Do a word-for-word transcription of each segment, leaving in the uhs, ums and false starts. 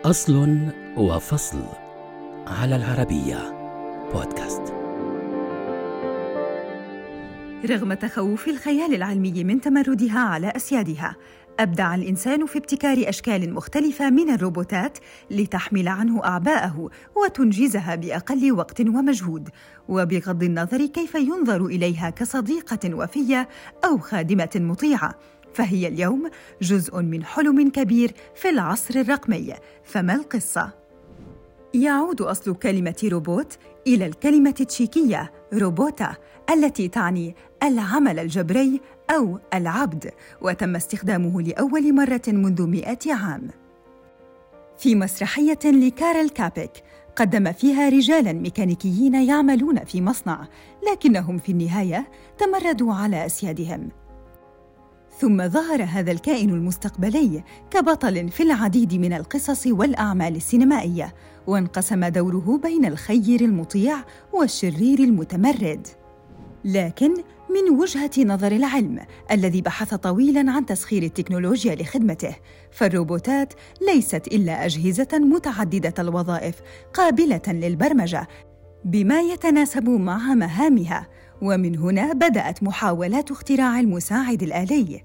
أصل وفصل على العربية بودكاست. رغم تخوف الخيال العلمي من تمردها على أسيادها، أبدع الإنسان في ابتكار أشكال مختلفة من الروبوتات لتحمل عنه أعباءه وتنجزها بأقل وقت ومجهود، وبغض النظر كيف ينظر إليها كصديقة وفية أو خادمة مطيعة، فهي اليوم جزء من حلم كبير في العصر الرقمي. فما القصة؟ يعود أصل كلمة روبوت إلى الكلمة التشيكية روبوتا، التي تعني العمل الجبري أو العبد، وتم استخدامه لأول مرة منذ مئة عام في مسرحية لكارل كابيك قدم فيها رجالاً ميكانيكيين يعملون في مصنع، لكنهم في النهاية تمردوا على أسيادهم. ثم ظهر هذا الكائن المستقبلي كبطل في العديد من القصص والأعمال السينمائية، وانقسم دوره بين الخير المطيع والشرير المتمرد. لكن من وجهة نظر العلم الذي بحث طويلاً عن تسخير التكنولوجيا لخدمته، فالروبوتات ليست إلا أجهزة متعددة الوظائف قابلة للبرمجة بما يتناسب مع مهامها. ومن هنا بدأت محاولات اختراع المساعد الآلي،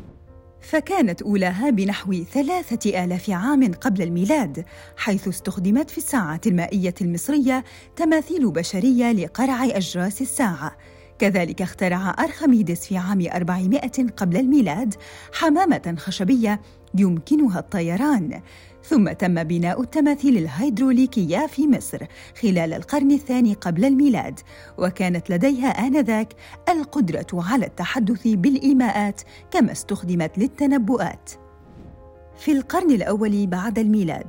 فكانت أولاها بنحو ثلاثة آلاف عام قبل الميلاد، حيث استخدمت في الساعة المائية المصرية تماثيل بشرية لقرع أجراس الساعة. كذلك اخترع أرخميدس في عام أربعمائة قبل الميلاد حمامة خشبية يمكنها الطيران. ثم تم بناء التماثيل الهيدروليكية في مصر خلال القرن الثاني قبل الميلاد، وكانت لديها آنذاك القدرة على التحدث بالإيماءات كما استخدمت للتنبؤات. في القرن الأول بعد الميلاد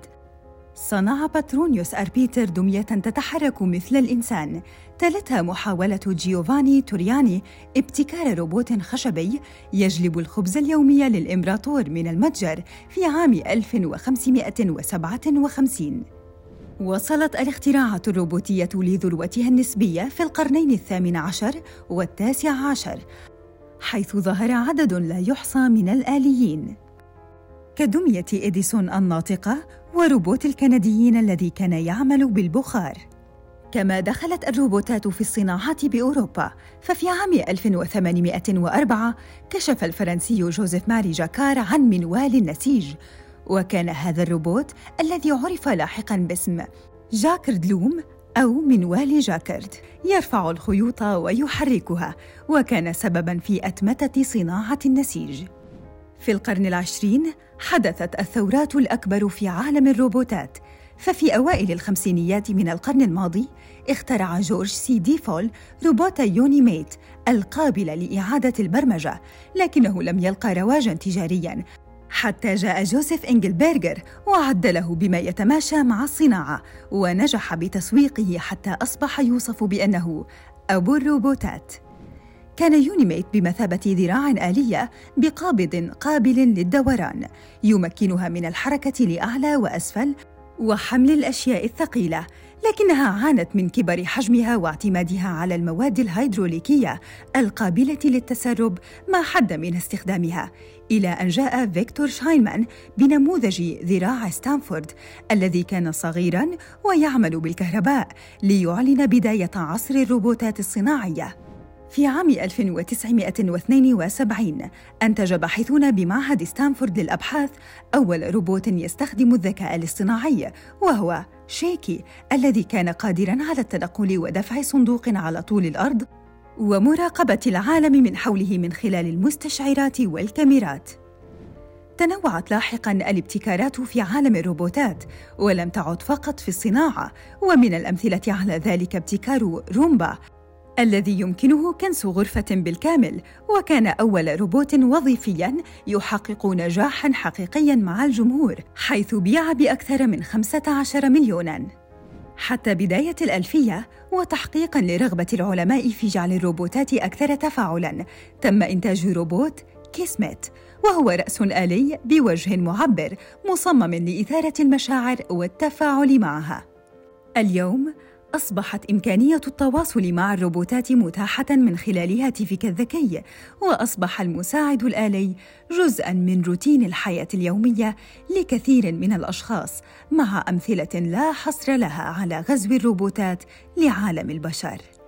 صنع باترونيوس أربيتر دمية تتحرك مثل الإنسان، تلتها محاولة جيوفاني تورياني ابتكار روبوت خشبي يجلب الخبز اليومي للإمبراطور من المتجر في عام ألف وخمسمائة وسبعة وخمسين. وصلت الاختراعات الروبوتية لذروتها النسبية في القرنين الثامن عشر والتاسع عشر، حيث ظهر عدد لا يحصى من الآليين كدمية إديسون الناطقة وروبوت الكنديين الذي كان يعمل بالبخار. كما دخلت الروبوتات في الصناعات بأوروبا، ففي عام ألف وثمانمائة وأربعة كشف الفرنسي جوزيف ماري جاكار عن منوال النسيج، وكان هذا الروبوت الذي عرف لاحقاً باسم جاكرد لوم أو منوال جاكرد يرفع الخيوط ويحركها، وكان سبباً في أتمتة صناعة النسيج. في القرن العشرين حدثت الثورات الأكبر في عالم الروبوتات، ففي أوائل الخمسينيات من القرن الماضي اخترع جورج سي ديفول روبوت يونيميت القابل لإعادة البرمجة، لكنه لم يلقى رواجاً تجارياً حتى جاء جوزيف إنجلبرغر وعدله بما يتماشى مع الصناعة، ونجح بتسويقه حتى أصبح يوصف بأنه أبو الروبوتات. كان يونيميت بمثابة ذراع آلية بقابض قابل للدوران يمكنها من الحركة لأعلى وأسفل وحمل الأشياء الثقيلة، لكنها عانت من كبر حجمها واعتمادها على المواد الهيدروليكية القابلة للتسرب ما حد من استخدامها، إلى أن جاء فيكتور شاينمان بنموذج ذراع ستانفورد الذي كان صغيراً ويعمل بالكهرباء ليعلن بداية عصر الروبوتات الصناعية. في عام ألف وتسعمائة واثنين وسبعين أنتج باحثون بمعهد ستانفورد للأبحاث أول روبوت يستخدم الذكاء الاصطناعي، وهو شيكي الذي كان قادراً على التنقل ودفع صندوق على طول الأرض ومراقبة العالم من حوله من خلال المستشعرات والكاميرات. تنوعت لاحقاً الابتكارات في عالم الروبوتات، ولم تعد فقط في الصناعة، ومن الأمثلة على ذلك ابتكار رومبا الذي يمكنه كنس غرفة بالكامل، وكان أول روبوت وظيفياً يحقق نجاحاً حقيقياً مع الجمهور، حيث بيع بأكثر من خمسة عشر مليوناً. حتى بداية الألفية وتحقيقاً لرغبة العلماء في جعل الروبوتات أكثر تفاعلاً، تم إنتاج روبوت كيسمت، وهو رأس آلي بوجه معبر مصمم لإثارة المشاعر والتفاعل معها. اليوم أصبحت إمكانية التواصل مع الروبوتات متاحة من خلال هاتفك الذكي، وأصبح المساعد الآلي جزءاً من روتين الحياة اليومية لكثير من الأشخاص، مع أمثلة لا حصر لها على غزو الروبوتات لعالم البشر.